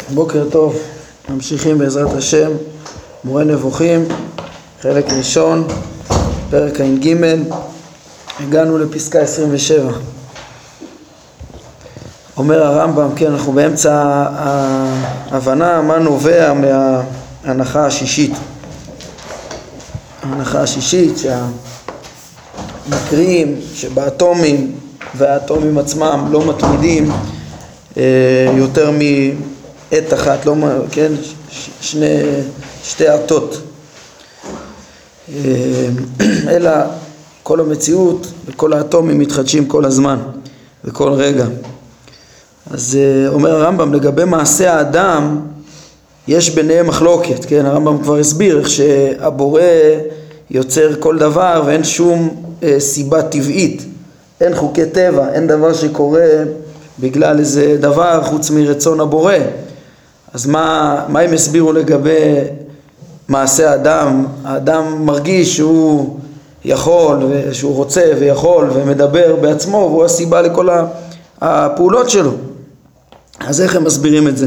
בוקר טוב, ממשיכים בעזרת השם, מורה נבוכים, חלק ראשון, פרק ע"ג, הגענו לפסקה 27. אומר הרמב"ם, כן, אנחנו באמצע ההבנה מה נובע מההנחה השישית. ההנחה השישית שהמקרים שבאטומים והאטומים עצמם לא מתמידים יותר מעת אחת, לא, כן, שתי עתות, אלא כל המציאות וכל האטומים מתחדשים כל הזמן וכל רגע. אז אומר הרמב"ם, לגבי מעשה האדם יש ביניהם מחלוקת, כן? הרמב"ם כבר הסביר איך שהבורא יוצר כל דבר ואין שום סיבה טבעית, אין חוקי טבע, אין דבר שקורה בגלל איזה דבר חוץ מרצון הבורא. אז מה הם הסבירו לגבי מעשה האדם? האדם מרגיש שהוא יכול ושהוא רוצה ויכול ומדבר בעצמו, והוא הסיבה לכל הפעולות שלו. אז איך הם מסבירים את זה?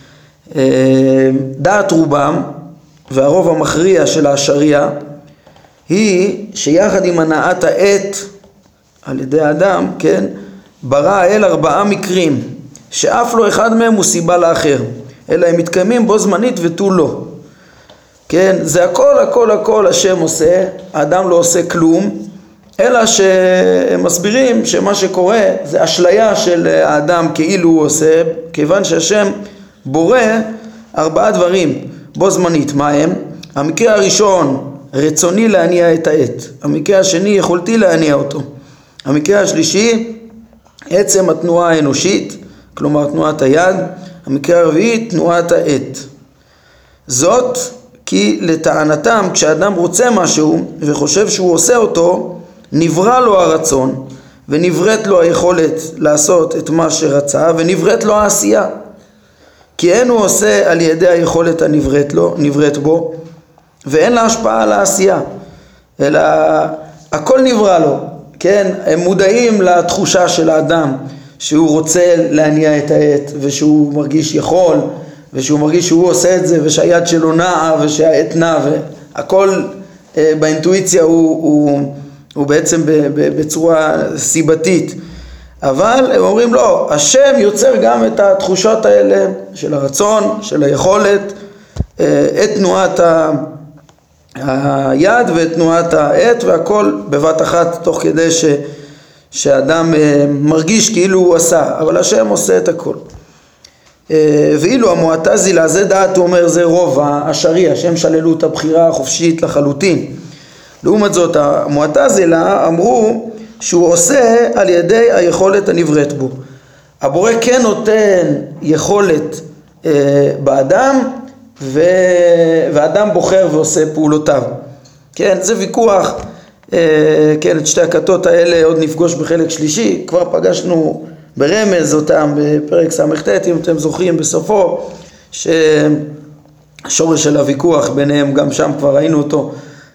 דעת רובם והרוב המכריע של השריעה היא שיחד עם הנעת העת על ידי האדם, כן, ברא האל 4 מקרים שאף לא אחד מהם הוא סיבה לאחר, אלא הם מתקיימים בו זמנית ותו לא. כן, זה הכל השם עושה, האדם לא עושה כלום, אלא שהם מסבירים שמה שקורה זה אשליה של האדם כאילו הוא עושה, כיוון שהשם בורא 4 דברים בו זמנית. מה הם? המקרה הראשון, רצוני להניע את העת. המקרה השני, יכולתי להניע אותו. המקרה השלישי, עצם התנועה האנושית, כלומר תנועת היד. המקרה הרביעי, תנועת העת. זאת כי לטענתם כשאדם רוצה משהו וחושב שהוא עושה אותו, נברא לו הרצון ונבראת לו היכולת לעשות את מה שרצה ונבראת לו העשייה, כי אין הוא עושה על ידי היכולת הנבראת בו ואין לה השפעה על העשייה, אלא הכל נברא לו. כן, הם מודעים לתחושה של האדם שהוא רוצה להניע את העת ושהוא מרגיש יכול ושהוא מרגיש שהוא עושה את זה ושהיד שלו נעה ושהעת נעה, והכל באינטואיציה הוא בעצם בצורה סיבתית. אבל הם אומרים לא, השם יוצר גם את התחושות האלה של הרצון, של היכולת, את תנועת היד ואת תנועת העת, והכל בבת אחת תוך כדי שהאדם מרגיש כאילו הוא עשה, אבל השם עושה את הכל. ואילו המועתזילה, זה דעת, הוא אומר, זה רוב השריעה, שהם שללו את הבחירה החופשית לחלוטין. לעומת זאת המועתזילה אמרו שהוא עושה על ידי היכולת הנבראת בו. הבורא כן נותן יכולת באדם, והאדם בוחר ועושה פעולותיו. כן, זה ויכוח. כן, את שתי הכתות האלה עוד נפגוש בחלק שלישי, כבר פגשנו ברמז אותם בפרק ס"ט, אם אתם זוכרים בסופו, שהשורש של הוויכוח ביניהם גם שם כבר ראינו אותו,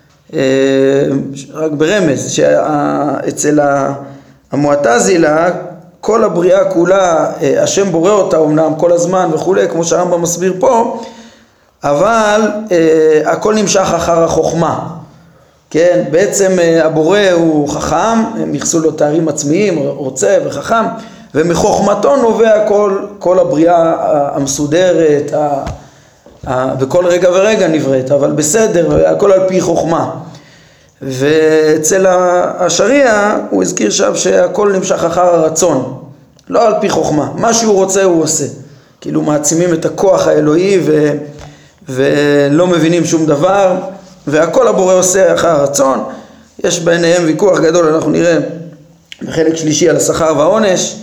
רק ברמז, שאצל המועתזילה כל הבריאה כולה השם בורא אותה אמנם כל הזמן וכו', כמו שהרמב"ם מסביר פה, אבל הכל נמשך אחר החוכמה. כן, בעצם הבורא הוא חכם, הם ייחסו לו תארים עצמיים, רוצה וחכם, ומחוכמתו נובע כל הבריאה המסודרת, וכל רגע ורגע נבראת, אבל בסדר, הכל על פי חוכמה. ואצל השריעה הוא הזכיר שם שהכל נמשך אחר הרצון, לא על פי חוכמה. מה שהוא רוצה הוא עושה, כאילו מעצימים את הכוח האלוהי ולא מבינים שום דבר, והכל הבורא עושה אחר הרצון. יש ביניהם ויכוח גדול, אנחנו נראה בחלק שלישי על השכר והעונש.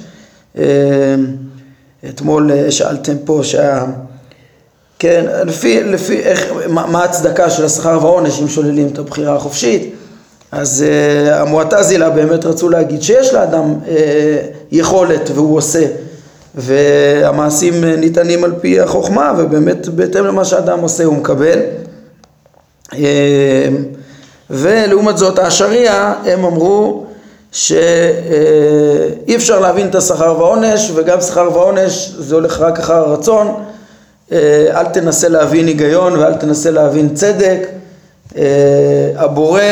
אתמול שאלתם פה כן, לפי איך, מה הצדקה של השכר והעונש אם שוללים את הבחירה החופשית. אז המועתזילה באמת רצו להגיד שיש לאדם יכולת והוא עושה, והמעשים ניתנים על פי החוכמה, ובאמת בהתאם למה שהאדם עושה הוא מקבל. ולעומת זאת השריעה הם אמרו שאי אפשר להבין את השכר והעונש, וגם שכר והעונש זה הולך רק אחר הרצון, אל תנסה להבין היגיון ואל תנסה להבין צדק. הבורא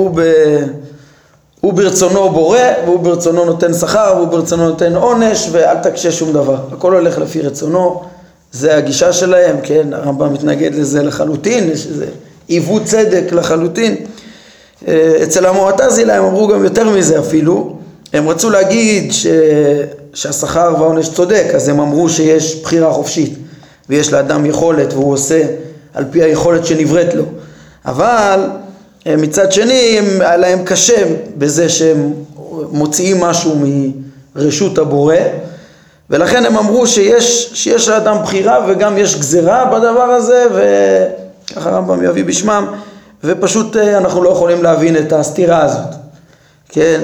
הוא ברצונו בורא, והוא ברצונו נותן שכר, והוא ברצונו נותן עונש, ואל תקשה שום דבר. הכל הולך לפי רצונו, זה הגישה שלהם, כן? הרמב"ם מתנגד לזה לחלוטין, יש איזה עיוות צדק לחלוטין. אצל המועטזילה הם אמרו גם יותר מזה אפילו, הם רצו להגיד שהשכר והעונש צודק, אז הם אמרו שיש בחירה חופשית, ויש לאדם יכולת, והוא עושה על פי היכולת שנבראת לו. אבל מצד שני, היה להם קשה בזה שהם מוציאים משהו מרשות הבורא, ולכן הם אמרו שיש לאדם בחירה וגם יש גזרה בדבר הזה, וככה הרמב"ם יביא בשמם, ופשוט אנחנו לא יכולים להבין את הסתירה הזאת. כן?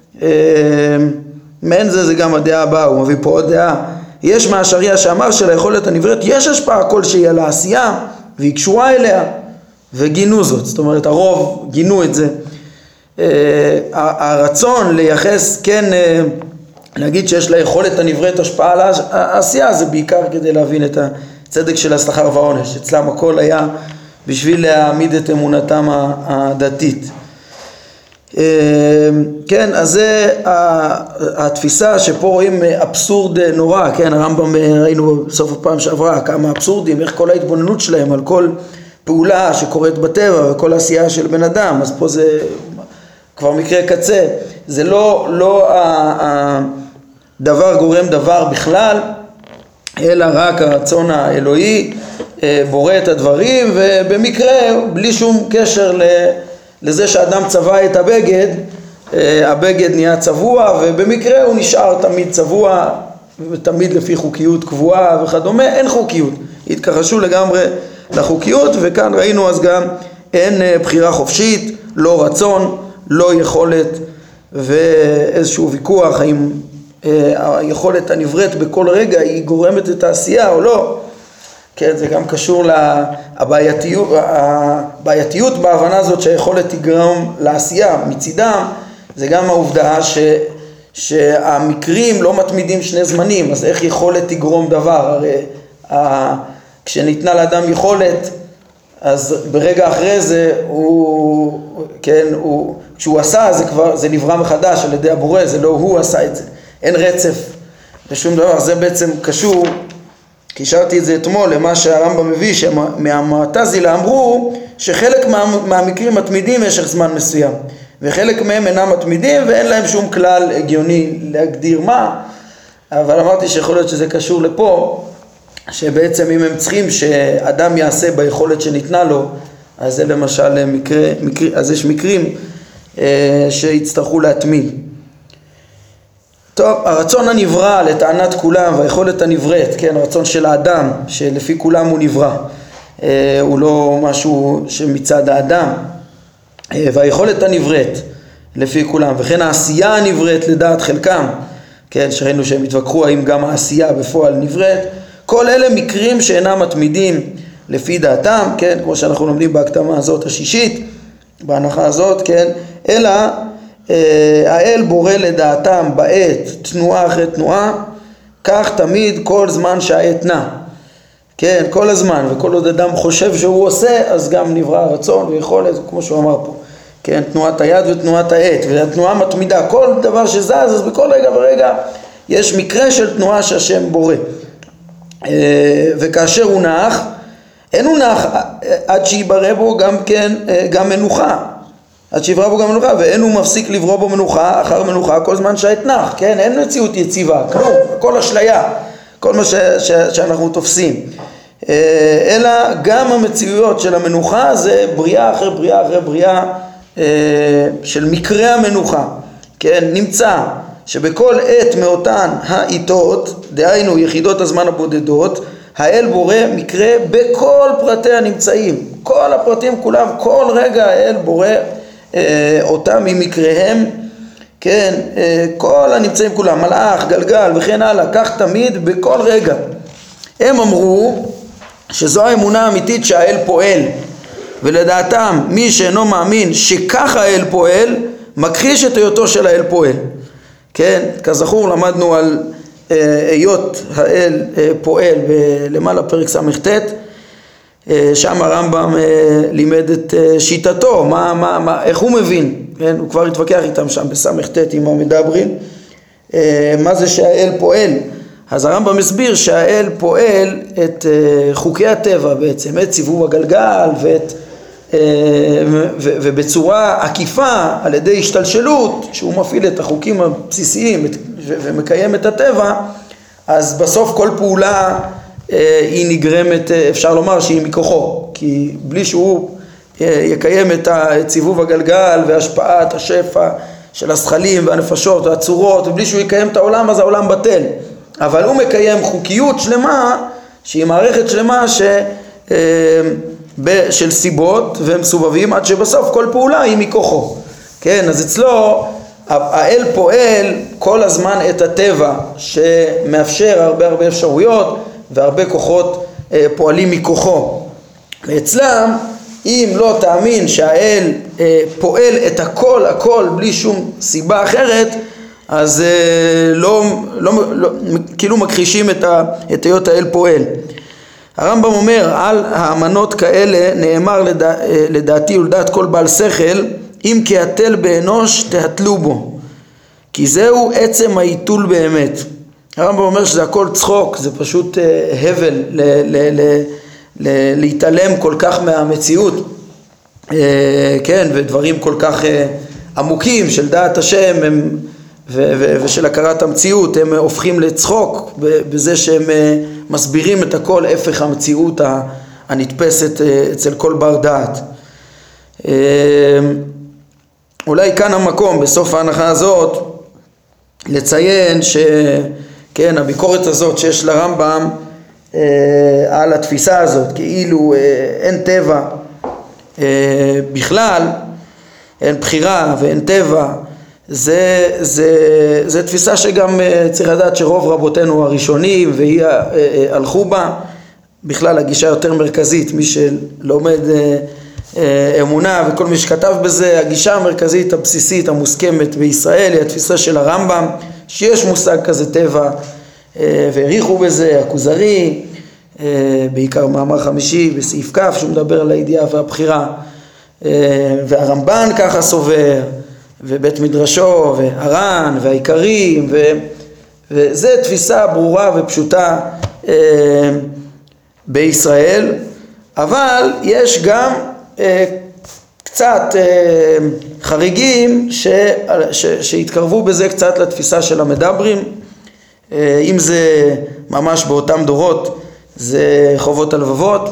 מעין זה גם הדעה הבאה, הוא מביא פה עוד דעה. יש מהשריעה שאמר שליכולת הנבראת יש השפעה כלשהי על העשייה, והיא קשורה אליה, וגינו זאת. זאת אומרת, הרוב גינו את זה. הרצון לייחס, כן, להגיד שיש ליכולת הנבראת השפעה על העשייה, זה בעיקר כדי להבין את הצדק של השכר והעונש. אצלם הכל היה בשביל להעמיד את אמונתם הדתית. כן, אז זה התפיסה שפה רואים אבסורד נורא, כן, הרמב"ם ראינו בסוף הפעם שעברה כמה אבסורדים, איך כל ההתבוננות שלהם על כל פעולה שקורית בטבע וכל העשייה של בן אדם, אז פה זה כבר מקרה קצה, זה לא הדבר גורם דבר בכלל, אלא רק הרצון האלוהי בורא את הדברים, ובמקרה בלי שום קשר לזה שאדם צבע את הבגד, הבגד נהיה צבוע, ובמקרה הוא נשאר תמיד צבוע, ותמיד לפי חוקיות קבועה וכדומה, אין חוקיות, התכחשו לגמרי לחוקיות, וכאן ראינו אז גם אין בחירה חופשית, לא רצון, לא יכולת, ואיזשהו ויכוח האם היכולת הנבראת בכל רגע היא גורמת את העשייה או לא. כן, זה גם קשור לבעייתיות בהבנה הזאת שהיכולת תגרום לעשייה מצידם, זה גם העובדה שהמקרים לא מתמידים שני זמנים, אז איך יכולת תגרום דבר? הרי כשניתנה לאדם יכולת, אז ברגע אחרי זה כשהוא עשה, זה נברא מחדש על ידי הבורא, זה לא הוא עשה את זה, אין רצף לשום דבר. זה בעצם קשור, קישרתי את זה אתמול למה שהרמב"ם מביא, שמהמועטזילה אמרו שחלק מהמקרים מתמידים במשך זמן מסוים, וחלק מהם אינם מתמידים ואין להם שום כלל הגיוני להגדיר מה, אבל אמרתי שיכול להיות שזה קשור לפה, שבעצם אם הם צריכים שאדם יעשה ביכולת שניתנה לו, אז זה למשל אז יש מקרים שיצטרכו להתמיד. טוב, הרצון הנברא לטענת כולם והיכולת הנבראת, כן, הרצון של האדם שלפי כולם הוא נברא, הוא לא משהו שמצד האדם, והיכולת הנבראת לפי כולם, וכן העשייה הנבראת לדעת חלקם, כן, שראינו שהם התווכחו האם גם העשייה בפועל נבראת, כל אלה מקרים שאינם מתמידים לפי דעתם, כן, כמו שאנחנו לומדים בהקדמה הזאת השישית, בהנחה הזאת, כן, אלא האל בורא לדעתם בעת תנועה אחרי תנועה, כך תמיד כל זמן שהעת נע, כן, כל הזמן, וכל עוד אדם חושב שהוא עושה, אז גם נברא הרצון ויכולת, כמו שהוא אמר פה, כן, תנועת היד ותנועת העת, והתנועה מתמידה, כל דבר שזז, אז בכל רגע ורגע יש מקרה של תנועה שהשם בורא. וכאשר הוא נח, אין הוא נח עד שיברא בו גם מנוחה, עד שיברא בו גם מנוחה, ואין הוא מפסיק לברוא בו מנוחה אחר מנוחה כל זמן שהעת נח, כן, אין מציאות יציבה, כלום, הכל אשליה, כל מה שאנחנו תופסים, אלא גם המציאויות של המנוחה זה בריאה אחרי בריאה אחרי בריאה של מקרה המנוחה, כן, נמצא שבכל עת מאותן העיתות, דהיינו יחידות הזמן הבודדות, האל בורא מקרה בכל פרטי הנמצאים, כל הפרטים כולם, כל רגע האל בורא אותם ממקריהם, כן, כל הנמצאים כולם, מלאך, גלגל וכן הלאה, כך תמיד בכל רגע. הם אמרו שזו האמונה האמיתית שהאל פועל, ולדעתם מי שאינו מאמין שככה האל פועל, מכחיש את היותו של האל פועל. כן, כזכור למדנו היות האל פועל למעלה פרק ס"ט, שם הרמב"ם לימד את שיטתו, איך הוא מבין, כן? הוא כבר התווכח איתם שם בס"ט עם המדברים, מה זה שהאל פועל. אז הרמב"ם מסביר שהאל פועל את חוקי הטבע בעצם, את סיבוב הגלגל ובצורה עקיפה על ידי השתלשלות, שהוא מפעיל את החוקים הבסיסיים ומקיים את הטבע, אז בסוף כל פעולה היא נגרמת, אפשר לומר שהיא מכוחו, כי בלי שהוא יקיים את סיבוב הגלגל והשפעת השפע של השכלים והנפשות והצורות, ובלי שהוא יקיים את העולם, אז העולם בטל. אבל הוא מקיים חוקיות שלמה, שהיא מערכת שלמה של סיבות והם סובבים, עד שבסוף כל פעולה היא מכוחו. כן, אז אצלו האל פועל כל הזמן את הטבע, שמאפשר הרבה אפשרויות, והרבה כוחות פועלים מכוחו. ואצלם, אם לא תאמין שהאל פועל את הכל בלי שום סיבה אחרת, אז כאילו מכחישים את היות האל פועל. הרמב"ם אומר, על האמנות כאלה נאמר לדעתי ולדעת כל בעל שכל, אם כהתל באנוש תהתלו בו, כי זהו עצם העיתול באמת. הרמב"ם אומר שזה הכל צחוק, זה פשוט הבל להתעלם כל כך מהמציאות, כן, ודברים כל כך עמוקים של דעת השם ושל הכרת המציאות, הם הופכים לצחוק בזה שהם מסבירים את הכל הפך המציאות הנתפסת אצל כל בר דעת. אולי כאן המקום בסוף ההנחה הזאת לציין שכן, הביקורת הזאת שיש לרמב"ם על התפיסה הזאת, כאילו אין טבע בכלל, אין בחירה ואין טבע, זה תפיסה שגם צריך לדעת שרוב רבותינו הראשונים והיא הלכו בה. בכלל הגישה יותר מרכזית, מי שלומד אמונה וכל מי שכתב בזה, הגישה המרכזית הבסיסית המוסכמת בישראל היא התפיסה של הרמב"ם, שיש מושג כזה טבע, והעריכו בזה הכוזרי, בעיקר מאמר חמישי בסעיף כ' שמדבר על הידיעה והבחירה, והרמב"ן ככה סובר, ובית מדרשו והר"ן והעיקרים, וזה תפיסה ברורה ופשוטה בישראל. אבל יש גם קצת חריגים שהתקרבו בזה קצת לתפיסה של המדברים, אם זה ממש באותם דורות זה חובות הלבבות,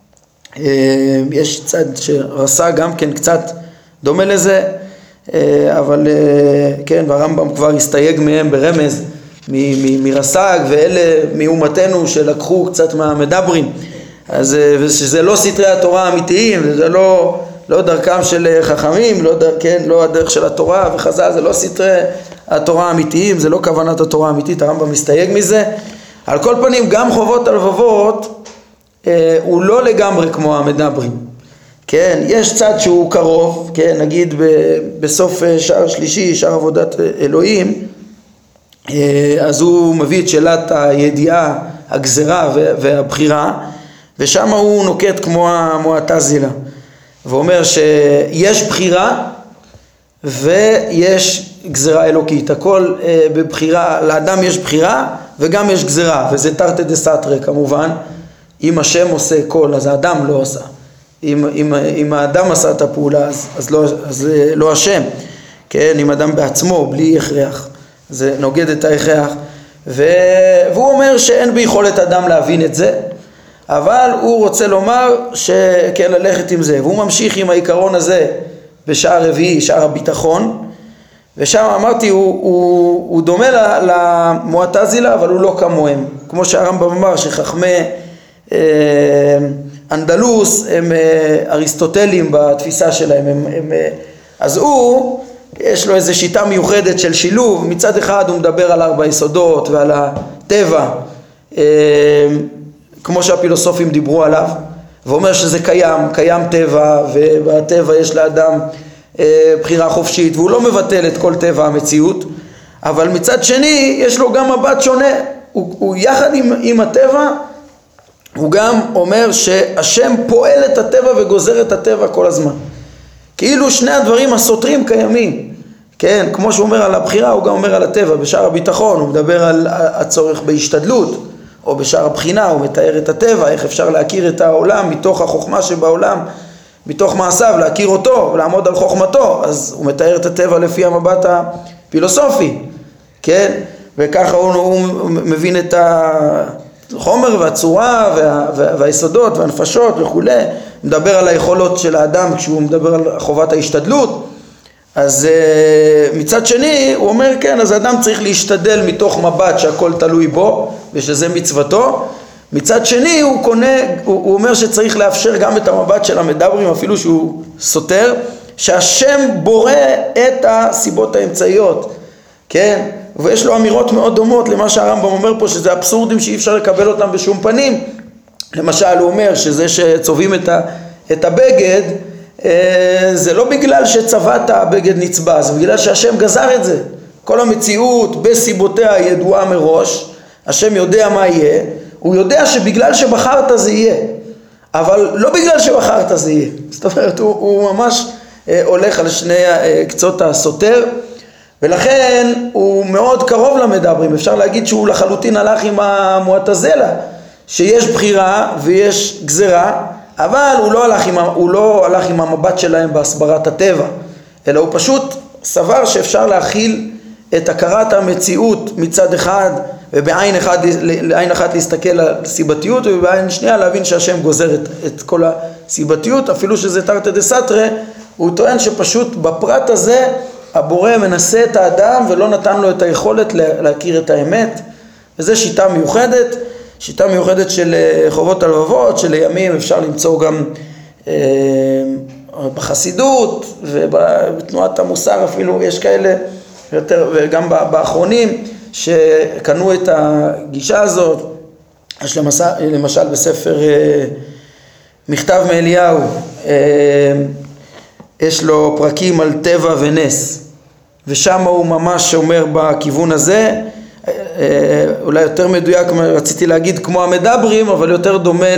יש צד שרסה גם כן קצת דומה לזה, אבל כן, והרמב"ם כבר הסתייג מהם ברמז מרס"ג, ואלה מאומתנו שלקחו קצת מהמדברים, אז שזה לא סתרי התורה האמיתיים, זה לא דרכם של חכמים, לא הדרך של התורה וחז"ל, זה לא סתרי התורה האמיתיים, זה לא כוונת התורה האמיתית, הרמב"ם מסתייג מזה. על כל פנים, גם חובות הלבבות הוא לא לגמרי כמו המדברים. כן, יש צד שהוא קרוב, כן, נגיד בסוף שער שלישי, שער עבודת אלוהים, אז הוא מביא את שאלת הידיעה, הגזרה והבחירה, ושם הוא נוקט כמו המועתזילה, ואומר שיש בחירה ויש גזרה אלוקית, הכל בבחירה, לאדם יש בחירה וגם יש גזרה, וזה תרתי דסתרי כמובן. אם השם עושה כל, אז האדם לא עשה. אם האדם עשה את הפעולה, אז לא השם. כן, אם אדם בעצמו, בלי הכרח, זה נוגד את ההכרח. והוא אומר שאין ביכולת אדם להבין את זה, אבל הוא רוצה לומר שכן ללכת עם זה. והוא ממשיך עם העיקרון הזה בשער רביעי, שער הביטחון, ושם אמרתי הוא דומה למועתזילה, אבל הוא לא כמוהם. כמו שהרמב"ם אמר שחכמי אנדלוס הם אריסטוטלים בתפיסה שלהם, אז יש לו איזו שיטה מיוחדת של שילוב. מצד אחד הוא מדבר על 4 יסודות ועל הטבע, כמו שהפילוסופים דיברו עליו, ואומר שזה קיים טבע, ובטבע יש לאדם בחירה חופשית, והוא לא מבטל את כל טבע המציאות. אבל מצד שני יש לו גם מבט שונה, הוא יחד עם הטבע, הוא גם אומר שהשם פועל את הטבע וגוזר את הטבע כל הזמן. כאילו שני הדברים הסותרים קיימים, כן, כמו שהוא אומר על הבחירה הוא גם אומר על הטבע. בשער הביטחון הוא מדבר על הצורך בהשתדלות, או בשער הבחינה הוא מתאר את הטבע, איך אפשר להכיר את העולם מתוך החוכמה שבעולם, מתוך מעשיו, להכיר אותו ולעמוד על חוכמתו. אז הוא מתאר את הטבע לפי המבט הפילוסופי, כן, וככה הוא מבין את החומר והצורה והיסודות והנפשות וכו'. מדבר על היכולות של האדם כשהוא מדבר על חובת ההשתדלות. אז מצד שני הוא אומר כן, אז האדם צריך להשתדל מתוך מבט שהכל תלוי בו ושזה מצוותו. מצד שני הוא אומר שצריך לאפשר גם את המבט של המדברים אפילו שהוא סותר, שהשם בורא את הסיבות האמצעיות, כן, ויש לו אמירות מאוד דומות למה שהרמב"ם אומר פה, שזה אבסורדים שאי אפשר לקבל אותם בשום פנים. למשל הוא אומר שזה שצובעים את הבגד, זה לא בגלל שצבעת הבגד נצבע, זה בגלל שהשם גזר את זה. כל המציאות בסיבותיה ידועה מראש, השם יודע מה יהיה, הוא יודע שבגלל שבחרת זה יהיה, אבל לא בגלל שבחרת זה יהיה. זאת אומרת, הוא ממש הולך על שני קצות הסותר, ולכן הוא מאוד קרוב למדברים. אפשר להגיד שהוא לחלוטין הלך עם המועתזלה, שיש בחירה ויש גזרה, אבל הוא לא הלך עם המבט שלהם בהסברת הטבע, אלא הוא פשוט סבר שאפשר להכיל את הכרת המציאות מצד אחד, ובעין אחת להסתכל על סיבתיות, ובעין שנייה להבין שהשם גוזר את כל הסיבתיות, אפילו שזה תרתי דסתרי. הוא טוען שפשוט בפרט הזה הבורא מנסה את האדם ולא נתן לו את היכולת להכיר את האמת, וזו שיטה מיוחדת של חובות הלבבות, שלימים אפשר למצוא גם בחסידות ובתנועת המוסר אפילו, יש כאלה יותר, וגם באחרונים שקנו את הגישה הזאת. יש למשל בספר מכתב מאליהו, יש לו פרקים על טבע ונס, ושם הוא ממש אומר בכיוון הזה, אולי יותר מדויק, רציתי להגיד כמו המדברים, אבל יותר דומה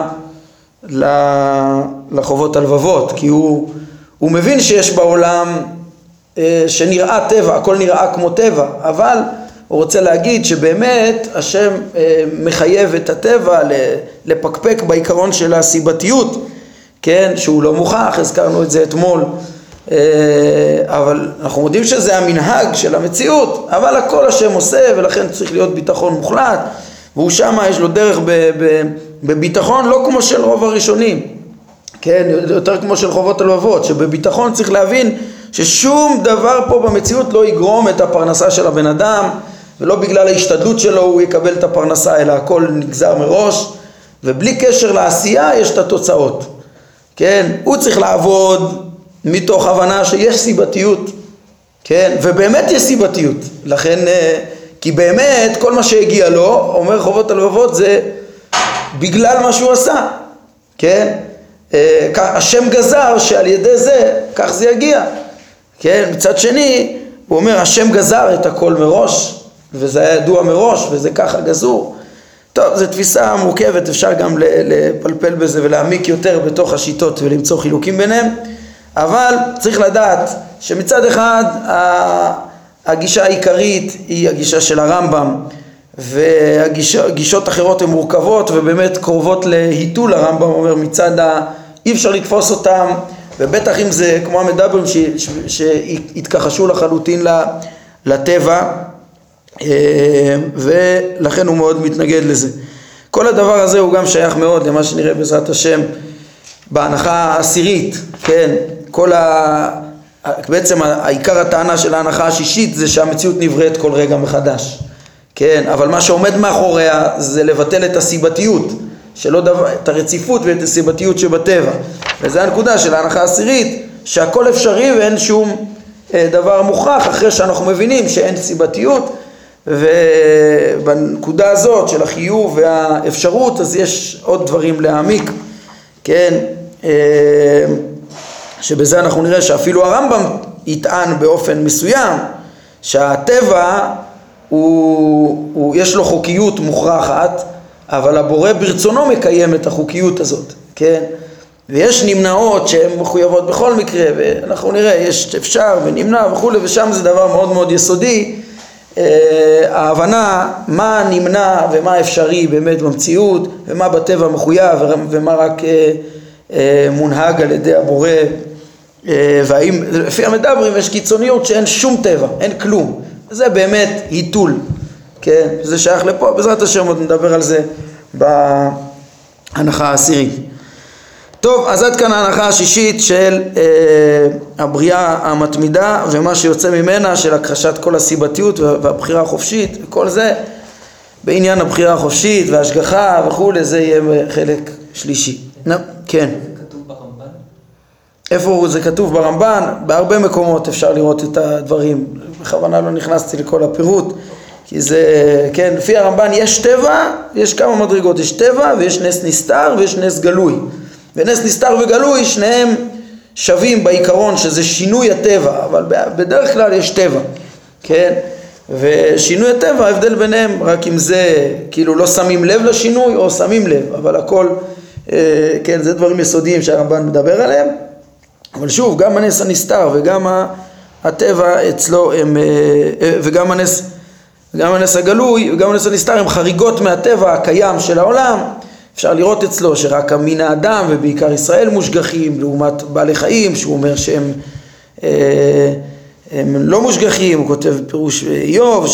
לחובות הלבבות, כי הוא מבין שיש בעולם שנראה טבע, הכל נראה כמו טבע, אבל הוא רוצה להגיד שבאמת השם מחייב את הטבע לפקפק בעיקרון של הסיבתיות, כן, שהוא לא מוכח, הזכרנו את זה אתמול, אבל אנחנו מודים שזה המנהג של המציאות, אבל הכל השם עושה, ולכן צריך להיות ביטחון מוחלט, והוא שמה יש לו דרך בביטחון לא כמו של רוב הראשונים, כן, יותר כמו של חובות הלבבות, שבביטחון צריך להבין ששום דבר פה במציאות לא יגרום את הפרנסה של הבן אדם, ולא בגלל ההשתדלות שלו הוא יקבל את הפרנסה, אלא הכל נגזר מראש, ובלי קשר לעשייה יש את התוצאות, כן, הוא צריך לעבוד מתוך הבנה שיש סיבתיות, כן, ובאמת יש סיבתיות, לכן, כי באמת כל מה שהגיע לו, אומר חובות הלבבות, זה בגלל מה שהוא עשה, כן, השם גזר שעל ידי זה, כך זה יגיע, כן, מצד שני, הוא אומר, השם גזר את הכל מראש, וזה היה ידוע מראש, וזה ככה גזור. טוב, זו תפיסה מורכבת, אפשר גם לפלפל בזה ולהעמיק יותר בתוך השיטות ולמצוא חילוקים ביניהם, אבל צריך לדעת שמצד אחד הגישה העיקרית היא הגישה של הרמב"ם, והגישות אחרות הן מורכבות ובאמת קרובות להיטול. הרמב"ם אומר מצד אי אפשר לתפוס אותם, ובטח אם זה כמו המדברים שהתכחשו לחלוטין לטבע, ולכן הוא מאוד מתנגד לזה. כל הדבר הזה הוא גם שייך מאוד למה שנראה בעזרת השם בהנחה העשירית, כן, בעצם העיקר הטענה של ההנחה השישית זה שהמציאות נבראת כל רגע מחדש, כן, אבל מה שעומד מאחוריה זה לבטל את הסיבתיות, את הרציפות ואת הסיבתיות שבטבע, וזה הנקודה של ההנחה העשירית, שהכל אפשרי ואין שום דבר מוכרח אחרי שאנחנו מבינים שאין סיבתיות, ובנקודה הזאת של החיוב והאפשרות אז יש עוד דברים להעמיק, כן, שבזה אנחנו נראה שאפילו הרמב"ם יטען באופן מסוים שהטבע יש לו חוקיות מוכרחת, אבל הבורא ברצונו מקיים את החוקיות הזאת, כן? ויש נמנעות שהן מחויבות בכל מקרה, ואנחנו נראה, יש אפשר ונמנע וכו', ושם זה דבר מאוד מאוד יסודי, ההבנה מה נמנע ומה אפשרי באמת במציאות, ומה בטבע מחויב ומה רק מונהג על ידי הבורא, והאם לפי המדברים יש קיצוניות שאין שום טבע, אין כלום, זה באמת היתול, כן? זה שייך לפה, בעזרת השם עוד נדבר על זה בהנחה העשירית. טוב, אז עד כאן ההנחה השישית של הבריאה המתמידה ומה שיוצא ממנה של הכחשת כל הסיבתיות והבחירה החופשית וכל זה בעניין הבחירה החופשית וההשגחה וכו', זה יהיה חלק שלישי. כן. זה כתוב ברמב"ן? איפה זה כתוב ברמב"ן? בהרבה מקומות אפשר לראות את הדברים, בכוונה לא נכנסתי לכל הפירוט, כי זה, כן, לפי הרמב"ן יש טבע, יש כמה מדרגות, יש טבע ויש נס נסתר ויש נס גלוי. ונס נסתר וגלוי שניהם שווים בעיקרון שזה שינוי הטבע, אבל בדרך כלל יש טבע, כן? ושינוי הטבע, ההבדל ביניהם רק אם זה כאילו לא שמים לב לשינוי או שמים לב, אבל הכל, כן, זה דברים יסודיים שהרמב"ן מדבר עליהם. אבל שוב, גם הנס הנסתר וגם הטבע אצלו הם, וגם הנס הגלוי וגם הנס הנסתר הם חריגות מהטבע הקיים של העולם. אפשר לראות אצלו שרק המין האדם ובעיקר ישראל מושגחים לעומת בעלי חיים, שהוא אומר שהם הם לא מושגחים. הוא כותב פירוש איוב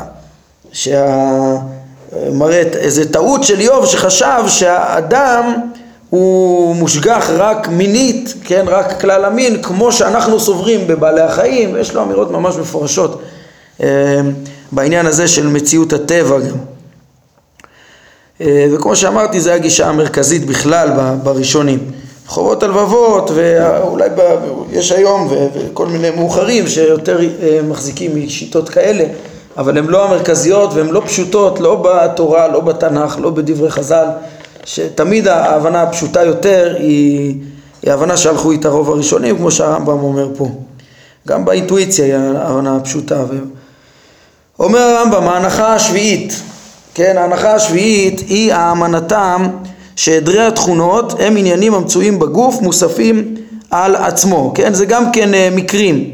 מראה איזה טעות של איוב שחשב שהאדם הוא מושגח רק מינית, כן, רק כלל המין, כמו שאנחנו סוברים בבעלי החיים, ויש לו אמירות ממש מפורשות בעניין הזה של מציאות הטבע גם. וכמו שאמרתי, זה הגישה המרכזית בכלל בראשונים. חובות הלבבות, ואולי יש היום וכל מיני מאוחרים שיותר מחזיקים משיטות כאלה, אבל הן לא המרכזיות והן לא פשוטות, לא בתורה, לא בתנ"ך, לא בדברי חז"ל, שתמיד ההבנה הפשוטה יותר היא ההבנה שהלכו איתה רוב הראשונים, כמו שהרמב"ם אומר פה. גם באינטואיציה היא ההבנה הפשוטה. אומר הרמב"ם, ההנחה השביעית, כן, ההנחה השביעית היא האמנתם שעדרי התכונות הם עניינים המצויים בגוף מוספים על עצמו, כן, זה גם כן מקרים,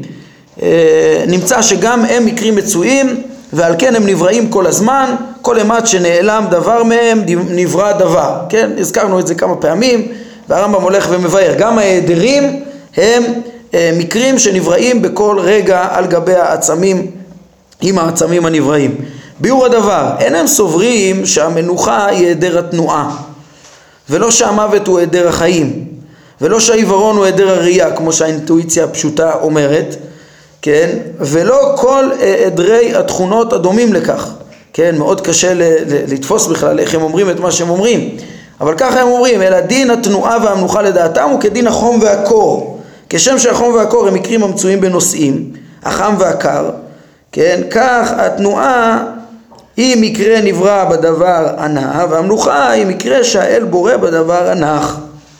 נמצא שגם הם מקרים מצויים ועל כן הם נבראים כל הזמן, כל אימת שנעלם דבר מהם נברא דבר, כן, הזכרנו את זה כמה פעמים והרמב"ם הולך ומבאר, גם העדרים הם מקרים שנבראים בכל רגע על גבי העצמים עם העצמים הנבראים. ביאור הדבר, אין הם סוברים שהמנוחה היא היעדר התנועה, ולא שהמוות הוא היעדר החיים, ולא שהעיוורון הוא היעדר הראייה, כמו שהאינטואיציה הפשוטה אומרת, כן? ולא כל עדרי התכונות הדומים לכך, כן? מאוד קשה לתפוס בכלל איך הם אומרים את מה שהם אומרים, אבל ככה הם אומרים, אלא דין התנועה והמנוחה לדעתם הוא כדין החום והקור, כשם שהחום והקור הם מקרים המצויים בנושאים, החם והקר, כן? כך התנועה היא מקרה נברא בדבר הנע, והמנוחה היא מקרה שהאל בורא בדבר הנח.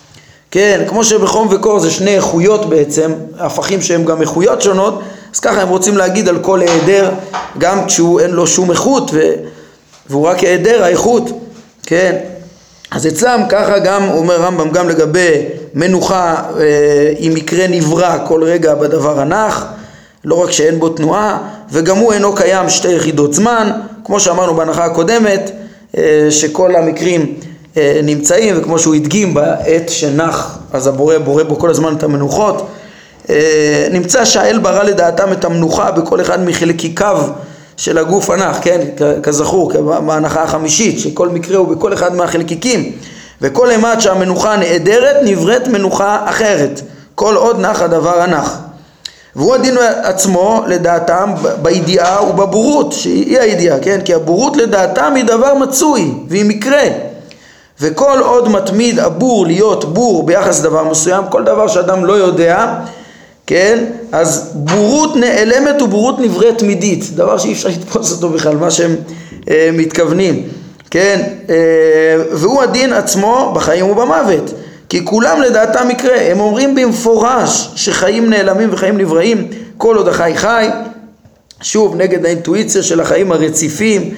כן, כמו שבחום וקור זה שני איכויות בעצם, הפכים שהם גם איכויות שונות, אז ככה הם רוצים להגיד על כל העדר, גם כשהוא אין לו שום איכות, והוא רק העדר האיכות, כן. אז אצלם ככה גם אומר רמב"ם, גם לגבי מנוחה היא מקרה נברא כל רגע בדבר הנח, לא רק שאין בו תנועה, וגם הוא אינו קיים שתי יחידות זמן, כמו שאמרנו בהנחה הקודמת, שכל המקרים נמצאים, וכמו שהוא הדגים בעת שנח, אז הבורא בורא בו כל הזמן את המנוחות, נמצא שהאל ברא לדעתם את המנוחה בכל אחד מחלקיקיו של הגוף הנח, כן, כזכור, בהנחה החמישית, שכל מקרה הוא בכל אחד מהחלקיקים, וכל אימת שהמנוחה נעדרת, נבראת מנוחה אחרת, כל עוד נח הדבר הנח. והוא הדין עצמו לדעתם בידיעה ובבורות, שהיא הידיעה, כן? כי הבורות לדעתם היא דבר מצוי, והיא מקרה. וכל עוד מתמיד הבור להיות בור ביחס לדבר מסוים, כל דבר שאדם לא יודע, כן? אז בורות נעלמת ובורות נבראת תמידית, דבר שאי אפשר לתפוס אותו בכלל, מה שהם מתכוונים, כן? והוא הדין עצמו בחיים ובמוות. כי כולם לדעתם מקרה, הם אומרים במפורש שחיים נעלמים וחיים נבראים, כל עוד החי חי, שוב, נגד האינטואיציה של החיים הרציפים,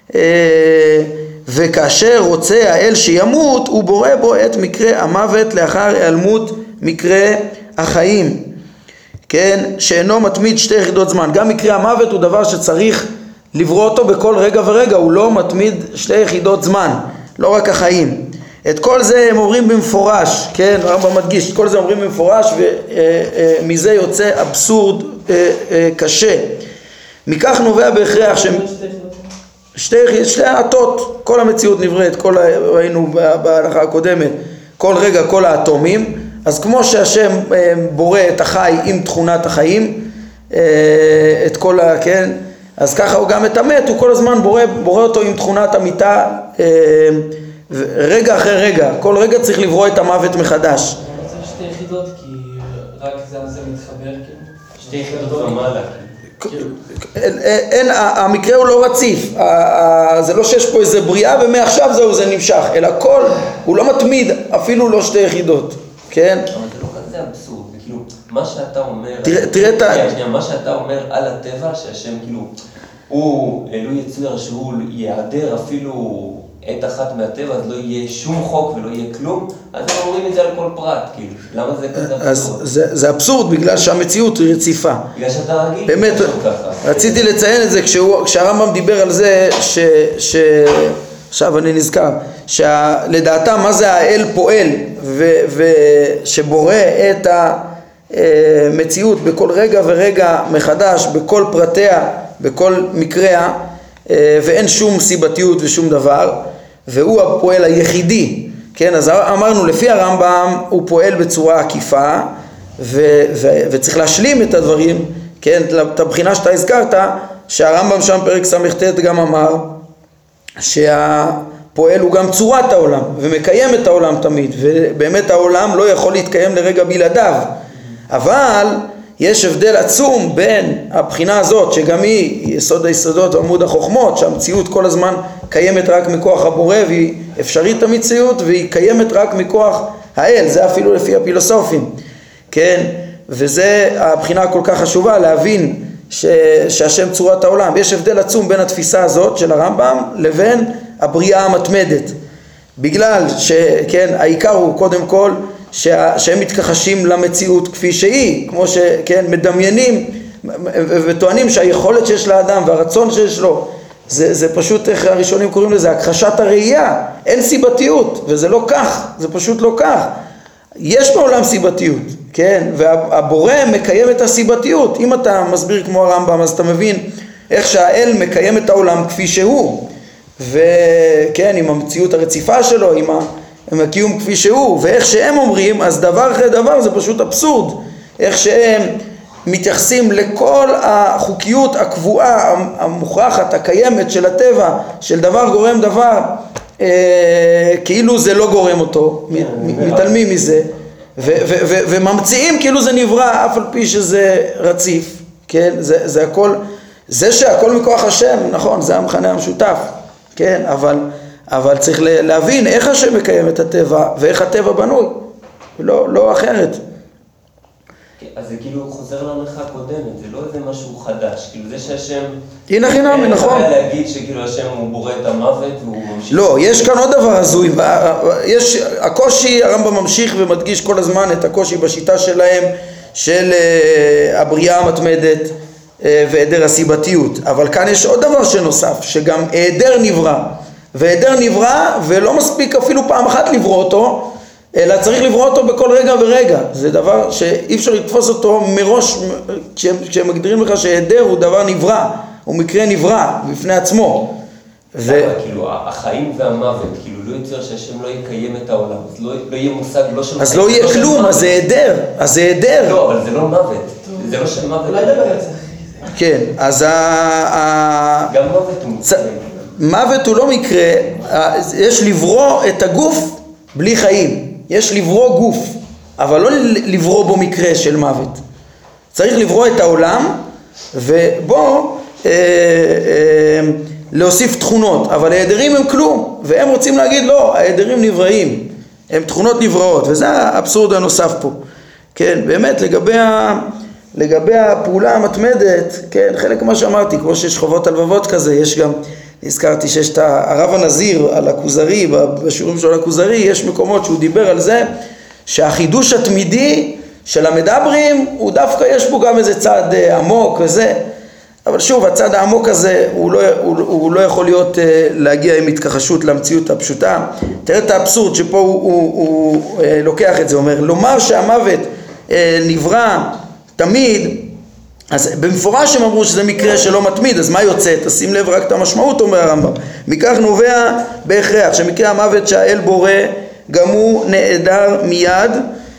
וכאשר רוצה האל שימות, הוא בורא בו את מקרה המוות לאחר היעלמות מקרה החיים, כן, שאינו מתמיד שתי יחידות זמן. גם מקרה המוות הוא דבר שצריך לברוא אותו בכל רגע ורגע, הוא לא מתמיד שתי יחידות זמן, לא רק החיים. את כל זה הם אומרים במפורש, כן, הרמב"ם מדגיש, את כל זה אומרים במפורש, ומזה יוצא אבסורד קשה. מכך נובע בהכרח שתי העתות, כל המציאות נבראת, כל ראינו בהלכה הקודמת, כל רגע כל האטומים, אז כמו שהשם בורא את החי עם תכונת החיים, את כל כן, אז ככה הוא גם את המת, הוא כל הזמן בורא אותו עם תכונת המיטה, רגע אחרי רגע, כל רגע צריך לברוא את המוות מחדש. אני רוצה שתי יחידות, כי רק זה מתחבר, שתי יחידות ומעלה. המקרה הוא לא רציף, זה לא שיש פה איזה בריאה ומעכשיו זהו זה נמשך, אלא כל, הוא לא מתמיד אפילו לא שתי יחידות, כן? אבל זה לא כזה אבסורד, כאילו, מה שאתה אומר, תראה את מה שאתה אומר על הטבע, שהשם כאילו, הוא לא יצויר שהוא יעדר אפילו עת אחת מהטבע, אז לא יהיה שום חוק ולא יהיה כלום, אז הם אומרים את זה על כל פרט, כאילו, למה זה כזה אבסורד? זה אבסורד בגלל שהמציאות היא רציפה. בגלל שאתה רגיל. באמת, רציתי לציין את זה כשהרמב"ם דיבר על זה, עכשיו אני נזכר, שלדעתם מה זה האל פועל, ושבורא את המציאות בכל רגע ורגע מחדש, בכל פרטיה, בכל מקרה, ואין שום סיבתיות ושום דבר, והוא הפועל היחידי, כן? אז אמרנו לפי הרמב"ם הוא פועל בצורה עקיפה, וצריך להשלים את הדברים, כן? את הבחינה שאתה הזכרת, שהרמב"ם שם פרק ס"ט גם אמר שהפועל הוא גם צורת העולם ומקיים את העולם תמיד, ובאמת העולם לא יכול להתקיים לרגע בלעדיו, אבל יש הבדל עצום בין הבחינה הזאת שגם היא יסוד היסודות ועמוד החוכמות, שהמציאות כל הזמן קיימת רק מכוח הבורא והיא אפשרית המציאות, והיא קיימת רק מכוח האל, זה אפילו לפי הפילוסופים, כן? וזה הבחינה כל כך חשובה להבין שהשם צורת העולם. יש הבדל עצום בין התפיסה הזאת של הרמב"ם לבין הבריאה המתמדת, בגלל שכן, העיקר הוא קודם כל שהם מתכחשים למציאות כפי שהיא, כמו שכן מדמיינים וטוענים שהיכולת שיש לאדם והרצון שיש לו, זה פשוט, איך הראשונים קוראים לזה, הכחשת הראייה, אין סיבתיות, וזה לא כך, זה פשוט לא כך. יש בעולם סיבתיות, כן, והבורא מקיים את הסיבתיות. אם אתה מסביר כמו הרמב"ם, אז אתה מבין איך שהאל מקיים את העולם כפי שהוא, וכן, עם המציאות הרציפה שלו, עם הקיום כפי שהוא, ואיך שהם אומרים, אז דבר אחרי דבר זה פשוט אבסורד, איך שהם מתייחסים לכל החוקיות הקבועה, המוכחת, הקיימת של הטבע, של דבר גורם דבר, כאילו זה לא גורם אותו, מתעלמים מזה, וממציאים כאילו זה נברא, אף על פי שזה רציף, כן, זה הכל, זה שהכל מכוח השם, נכון, זה המכנה המשותף, כן, אבל צריך להבין איך השם מקיים את הטבע ואיך הטבע בנוי, לא אחרת. אז זה כאילו חוזר להנחה קודמת, זה לא איזה משהו חדש, כאילו זה שהשם... הנה חינמי, נכון. אין להגיד שכאילו השם הוא בורא את המוות והוא ממשיך... לא, יש כאן עוד דבר הזוי, יש הקושי, הרמב"ם ממשיך ומדגיש כל הזמן את הקושי בשיטה שלהם, של הבריאה המתמדת והיעדר הסיבתיות, אבל כאן יש עוד דבר שנוסף, שגם היעדר נברא, והיעדר נברא ולא מספיק אפילו פעם אחת לברוא אותו, אלא צריך לברוא אותו בכל רגע ורגע. זה דבר שאי אפשר לתפוס אותו מראש, כשהם מגדירים לך שהיעדר הוא דבר נברא, הוא מקרה נברא בפני עצמו. כאילו החיים והמוות, כאילו לא יצר שהשם לא יקיים את העולם, אז לא יהיה מושג לא של... אז לא יהיה כלום, אז זה היעדר, אז זה היעדר. לא, אבל זה לא מוות, זה לא של מוות. אולי דבר על זה. כן, אז גם מוות הוא מקרה. מוות הוא לא מקרה, יש לברוא את הגוף בלי חיים. יש לברוא גוף, אבל לא לברוא בו מקרה של מוות. צריך לברוא את העולם ובו להוסיף תכונות, אבל ההיעדרים הם כלום, והם רוצים להגיד לא, ההיעדרים נבראים, הם תכונות נבראות, וזה האבסורד הנוסף פה. כן, באמת לגבי לגבי הפעולה המתמדת, כן, חלק מה שאמרתי, כמו שיש חובות הלבבות כזה, יש גם, הזכרתי שיש את הרב הנזיר על הכוזרי, בשיעורים של הכוזרי, יש מקומות שהוא דיבר על זה, שהחידוש התמידי של המדברים, הוא דווקא יש בו גם איזה צד עמוק וזה, אבל שוב, הצד העמוק הזה, הוא לא יכול להיות להגיע עם התכחשות למציאות הפשוטה. תראה את האבסורד שפה הוא לוקח את זה, אומר, לומר שהמוות נברא תמיד, אז במפורש הם אמרו שזה מקרה שלא מתמיד, אז מה יוצא? תשים לב רק את המשמעות, אומר הרמב"ם. מכך נובע בהכרח, שמקרה המוות שהאל בורא, גם הוא נעדר מיד,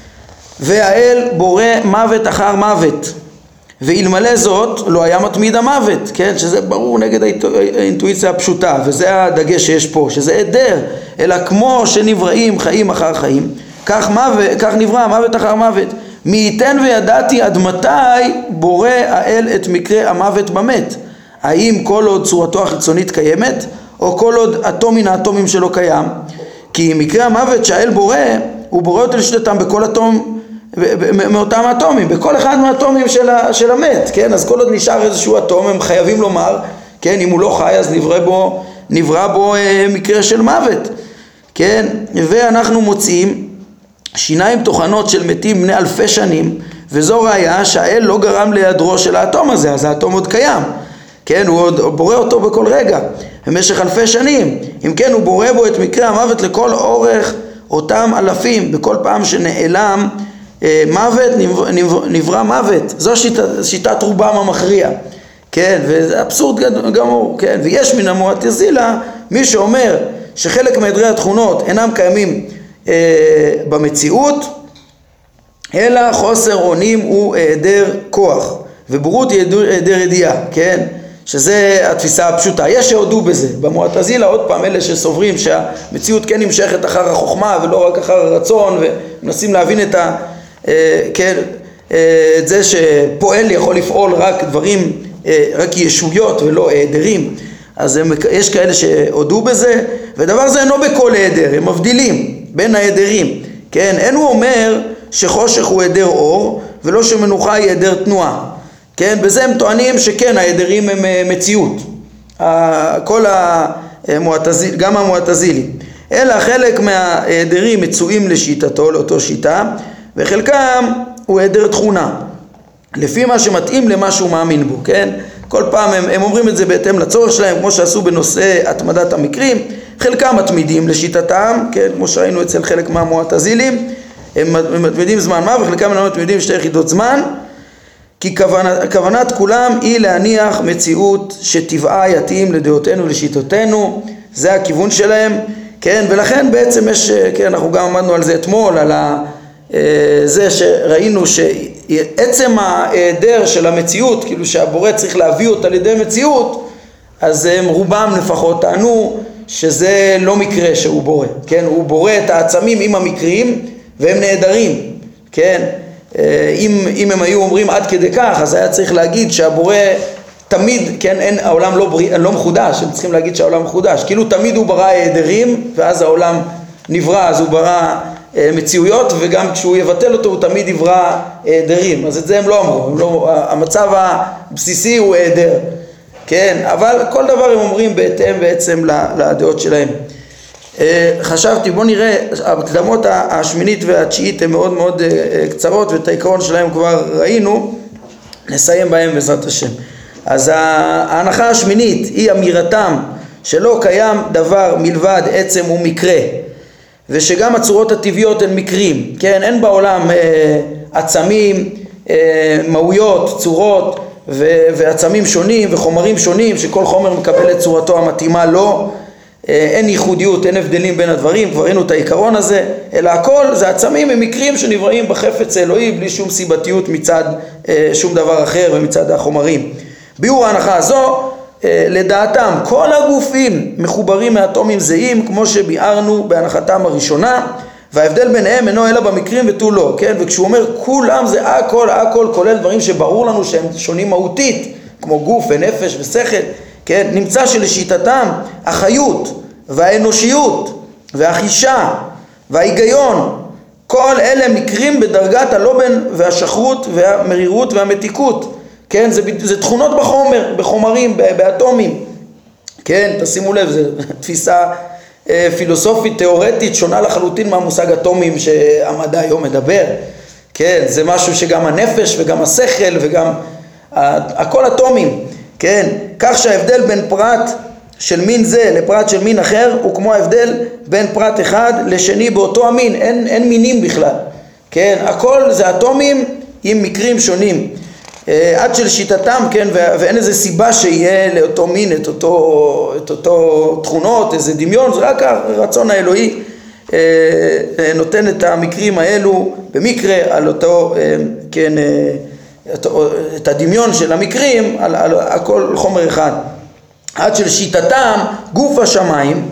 והאל בורא מוות אחר מוות. ואלמלא זאת לא היה מתמיד המוות, כן? שזה ברור נגד האינטואיציה הפשוטה, וזה הדגש שיש פה, שזה עדר, אלא כמו שנבראים חיים אחר חיים, כך נברא מוות אחר מוות. מי ייתן וידעתי עד מתי בורא האל את מקרה המוות במת? האם כל עוד צורתו החיצונית קיימת, או כל עוד אטום מן האטומים שלו קיים? כי מקרה המוות שהאל בורא, הוא בורא אותו לשלטם בכל אטום, מאותם האטומים, בכל אחד מהאטומים של המת, כן? אז כל עוד נשאר איזשהו אטום, הם חייבים לומר, כן? אם הוא לא חי, אז נברא בו מקרה של מוות, כן? ואנחנו מוצאים שיניים תוכנות של מתים בני אלפי שנים, וזו ראיה שהאל לא גרם לידרו של האטום הזה, אז האטום עוד קיים, כן? הוא עוד בורא אותו בכל רגע, במשך אלפי שנים. אם כן, הוא בורא בו את מקרה המוות לכל אורך אותם אלפים, בכל פעם שנעלם מוות נברא מוות. זו שיטת רובם המכריע, כן? וזה אבסורד גמור, כן? ויש מן המועתזילה מי שאומר שחלק מעדרי התכונות אינם קיימים במציאות, אלא חוסר אונים הוא היעדר כוח, ובורות היא היעדר ידיעה, כן? שזה התפיסה הפשוטה. יש שהודו בזה במועתזילה, עוד פעם, אלה שסוברים שהמציאות כן נמשכת אחר החוכמה ולא רק אחר הרצון, ומנסים להבין את זה שפועל יכול לפעול רק דברים, רק ישויות ולא היעדרים. אז יש כאלה שהודו בזה, ודבר זה אינו בכל היעדר, הם מבדילים בין ההיעדרים, כן? אין הוא אומר שחושך הוא היעדר אור, ולא שמנוחה היא היעדר תנועה, כן? בזה הם טוענים שכן, ההיעדרים הם מציאות, כל המועתזיל, גם המועתזילים, אלא חלק מההיעדרים מצויים לשיטתו, לאותו שיטה, וחלקם הוא היעדר תכונה, לפי מה שמתאים למה שהוא מאמין בו, כן? כל פעם הם אומרים את זה בהתאם לצורך שלהם, כמו שעשו בנושא התמדת המקרים. חלקם מתמידים לשיטתם, כן? כמו שראינו אצל חלק מהמועתזילים, הם מתמידים זמן מה, וחלקם הם מתמידים שתי יחידות זמן, כי כוונת כולם היא להניח מציאות שטבעה יתאים לדעותינו ולשיטותינו, זה הכיוון שלהם, כן? ולכן בעצם יש, כן, אנחנו גם עמדנו על זה אתמול, על זה שראינו שעצם ההיעדר של המציאות, כאילו שהבורא צריך להביא אותה לידי מציאות, אז הם רובם לפחות טענו שזה לא מקרה שהוא בורא, כן? הוא בורא את העצמים עם המקרים והם נהדרים, כן? אם הם היו אומרים עד כדי כך, אז היה צריך להגיד שהבורא תמיד, כן, העולם לא מחודש, הם צריכים להגיד שהעולם מחודש, כאילו תמיד הוא ברא היעדרים, ואז העולם נברא, אז הוא ברא מציאויות, וגם כשהוא יבטל אותו הוא תמיד יברא היעדרים. אז את זה הם לא אמרו, המצב הבסיסי הוא היעדר, כן? אבל כל דבר הם אומרים בהתאם בעצם לדעות שלהם. חשבתי, בוא נראה, הקדמות השמינית והתשיעית הן מאוד מאוד קצרות, ואת העיקרון שלהם כבר ראינו, נסיים בהם בעזרת השם. אז ההנחה השמינית היא אמירתם שלא קיים דבר מלבד עצם ומקרה, ושגם הצורות הטבעיות הן מקרים, כן? אין בעולם עצמים, מהויות, צורות ועצמים שונים וחומרים שונים, שכל חומר מקבל את צורתו המתאימה לו, אין ייחודיות, אין הבדלים בין הדברים, כבר ראינו את העיקרון הזה, אלא הכל זה עצמים הם מקרים שנבראים בחפץ האלוהי, בלי שום סיבתיות מצד שום דבר אחר ומצד החומרים. ביאור ההנחה הזו, לדעתם כל הגופים מחוברים מאטומים זהים, כמו שביארנו בהנחתם הראשונה, וההבדל ביניהם אינו אלא במקרים ותו לא, כן? וכשהוא אומר כולם זה הכל, כולל דברים שברור לנו שהם שונים מהותית, כמו גוף ונפש ושכל, כן? נמצא שלשיטתם החיות והאנושיות והחישה וההיגיון, כל אלה מקרים בדרגת הלובן והשחרות והמרירות והמתיקות, כן? זה תכונות בחומר, בחומרים, באטומים, כן? תשימו לב, זו תפיסה פילוסופית תיאורטית שונה לחלוטין מהמושג אטומים שהמדע היום מדבר, כן? זה משהו שגם הנפש וגם השכל וגם הכל אטומים, כן? כך שההבדל בין פרט של מין זה לפרט של מין אחר הוא כמו ההבדל בין פרט אחד לשני באותו המין, אין מינים בכלל, כן? הכל זה אטומים עם מקרים שונים, עד שלשיטתם, כן? ואין איזה סיבה שיהיה לאותו מין את אותו תכונות, איזה דמיון, זה רק הרצון האלוהי נותן את המקרים האלו במקרה על אותו, כן, את הדמיון של המקרים על הכל חומר אחד. עד שלשיטתם גוף השמיים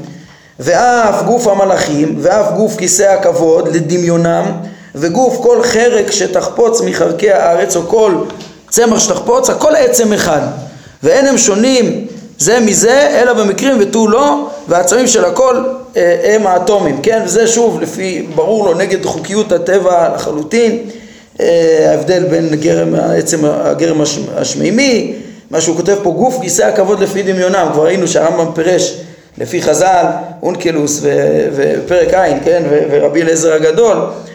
ואף גוף המלאכים ואף גוף כיסא הכבוד לדמיונם וגוף כל חרק שתחפוץ מחרקי הארץ או כל צמח שתחפוץ, הכל עצם אחד ואין הם שונים זה מזה אלא במקרים ותו לא, והעצמים של הכל הם האטומים, כן? וזה שוב לפי ברור לו נגד חוקיות הטבע לחלוטין, ההבדל בין הגרם השמימי, מה שהוא כותב פה גוף כיסא הכבוד לפי דמיונם, כבר ראינו שהרמב"ם פירש לפי חז"ל, אונקלוס ופרק עין, כן? ורבי אליעזר הגדול,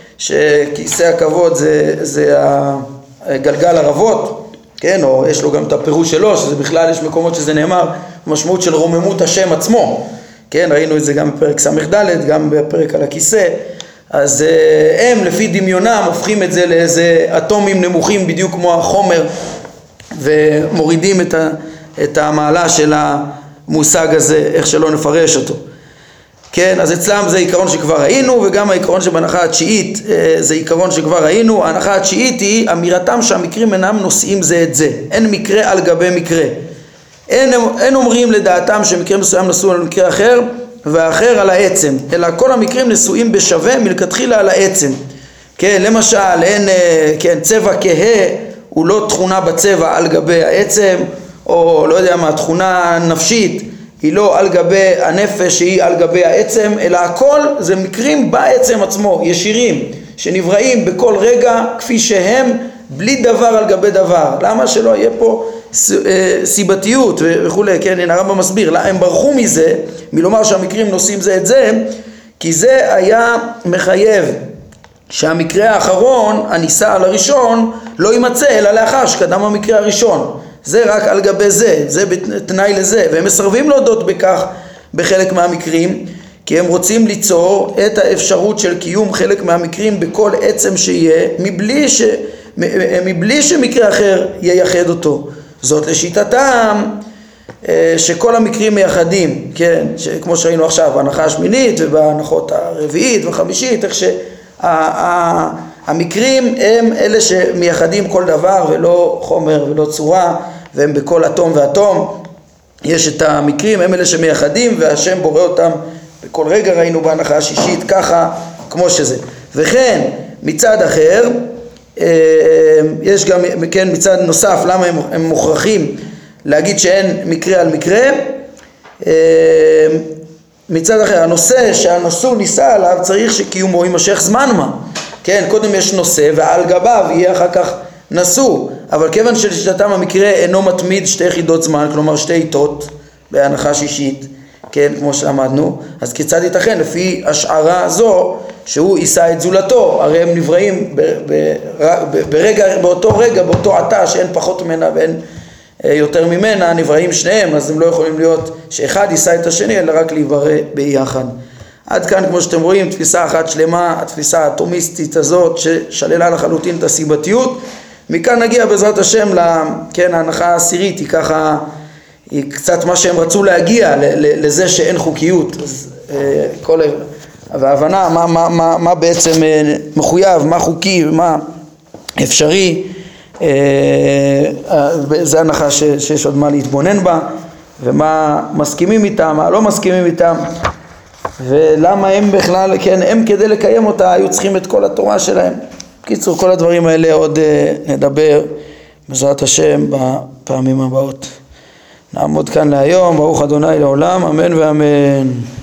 שכיסא הכבוד זה גלגל הרבות, כן? או יש לו גם את הפירוש שלו, שזה בכלל יש מקומות שזה נאמר במשמעות של רוממות השם עצמו, כן? ראינו את זה גם בפרק ס"ד, גם בפרק על הכיסא. אז הם לפי דמיונם הופכים את זה לאיזה אטומים נמוכים בדיוק כמו החומר, ומורידים את המעלה של המושג הזה, איך שלא נפרש אותו. כן, אז אצלם זה עיקרון שכבר ראינו, וגם העיקרון שבהנחה התשיעית זה עיקרון שכבר ראינו. ההנחה התשיעית היא אמירתם שהמקרים אינם נושאים זה את זה, אין מקרה על גבי מקרה, אין אומרים לדעתם שמקרה מסוים נשוא על מקרה אחר והאחר על העצם, אלא כל המקרים נשואים בשווה מלכתחילה על העצם. כן, למשל, אין, כן, צבע כהה הוא לא תכונה בצבע על גבי העצם, או לא יודע מה, תכונה נפשית היא לא על גבי הנפש שהיא על גבי העצם, אלא הכל זה מקרים בעצם עצמו, ישירים, שנבראים בכל רגע כפי שהם, בלי דבר על גבי דבר. למה שלא יהיה פה סיבתיות וכו', כן? הנה הרמב"ם מסביר, הם ברחו מזה, מלומר שהמקרים נושאים זה את זה, כי זה היה מחייב שהמקרה האחרון, הניסה על הראשון, לא יימצא אלא לאחר שקדם המקרה הראשון. זה רק על גבי זה, זה בתנאי לזה, והם מסרבים להודות בכך בחלק מהמקרים, כי הם רוצים ליצור את האפשרות של קיום חלק מהמקרים בכל עצם שיהיה, מבלי שמקרה אחר ייחד אותו. זאת לשיטתם שכל המקרים מייחדים, כן, כמו שראינו עכשיו, בהנחה השמינית ובהנחות הרביעית והחמישית, איך שהמקרים הם אלה שמייחדים כל דבר ולא חומר ולא צורה, והם בכל אטום ואטום, יש את המקרים, הם אלה שמייחדים והשם בורא אותם בכל רגע, ראינו בהנחה השישית ככה כמו שזה. וכן מצד אחר, יש גם, כן, מצד נוסף, למה הם מוכרחים להגיד שאין מקרה על מקרה, מצד אחר, הנושא שהנשוא ניסה עליו צריך שקיומו יימשך זמן מה, כן, קודם יש נושא ועל גביו יהיה אחר כך נשוא, אבל כיוון שלשיטתם המקרה אינו מתמיד שתי יחידות זמן, כלומר שתי עיתות בהנחה שישית, כן, כמו שלמדנו, אז כיצד ייתכן לפי השערה הזו שהוא יישא את זולתו? הרי הם נבראים באותו רגע, באותו עתה שאין פחות ממנה ואין יותר ממנה, נבראים שניהם, אז הם לא יכולים להיות שאחד יישא את השני, אלא רק להיברא ביחד. עד כאן, כמו שאתם רואים, תפיסה אחת שלמה, התפיסה האטומיסטית הזאת ששללה לחלוטין את הסיבתיות. מכאן נגיע בעזרת השם, כן, ההנחה העשירית היא ככה, היא קצת מה שהם רצו להגיע לזה שאין חוקיות, אז כל וההבנה מה בעצם מחויב, מה חוקי ומה אפשרי, זה הנחה שיש עוד מה להתבונן בה, ומה מסכימים איתם, מה לא מסכימים איתם, ולמה הם בכלל, כן, הם כדי לקיים אותה היו צריכים את כל התורה שלהם. בקיצור, כל הדברים האלה עוד נדבר בעזרת השם בפעמים הבאות. נעמוד כאן להיום, ברוך אדוני לעולם, אמן ואמן.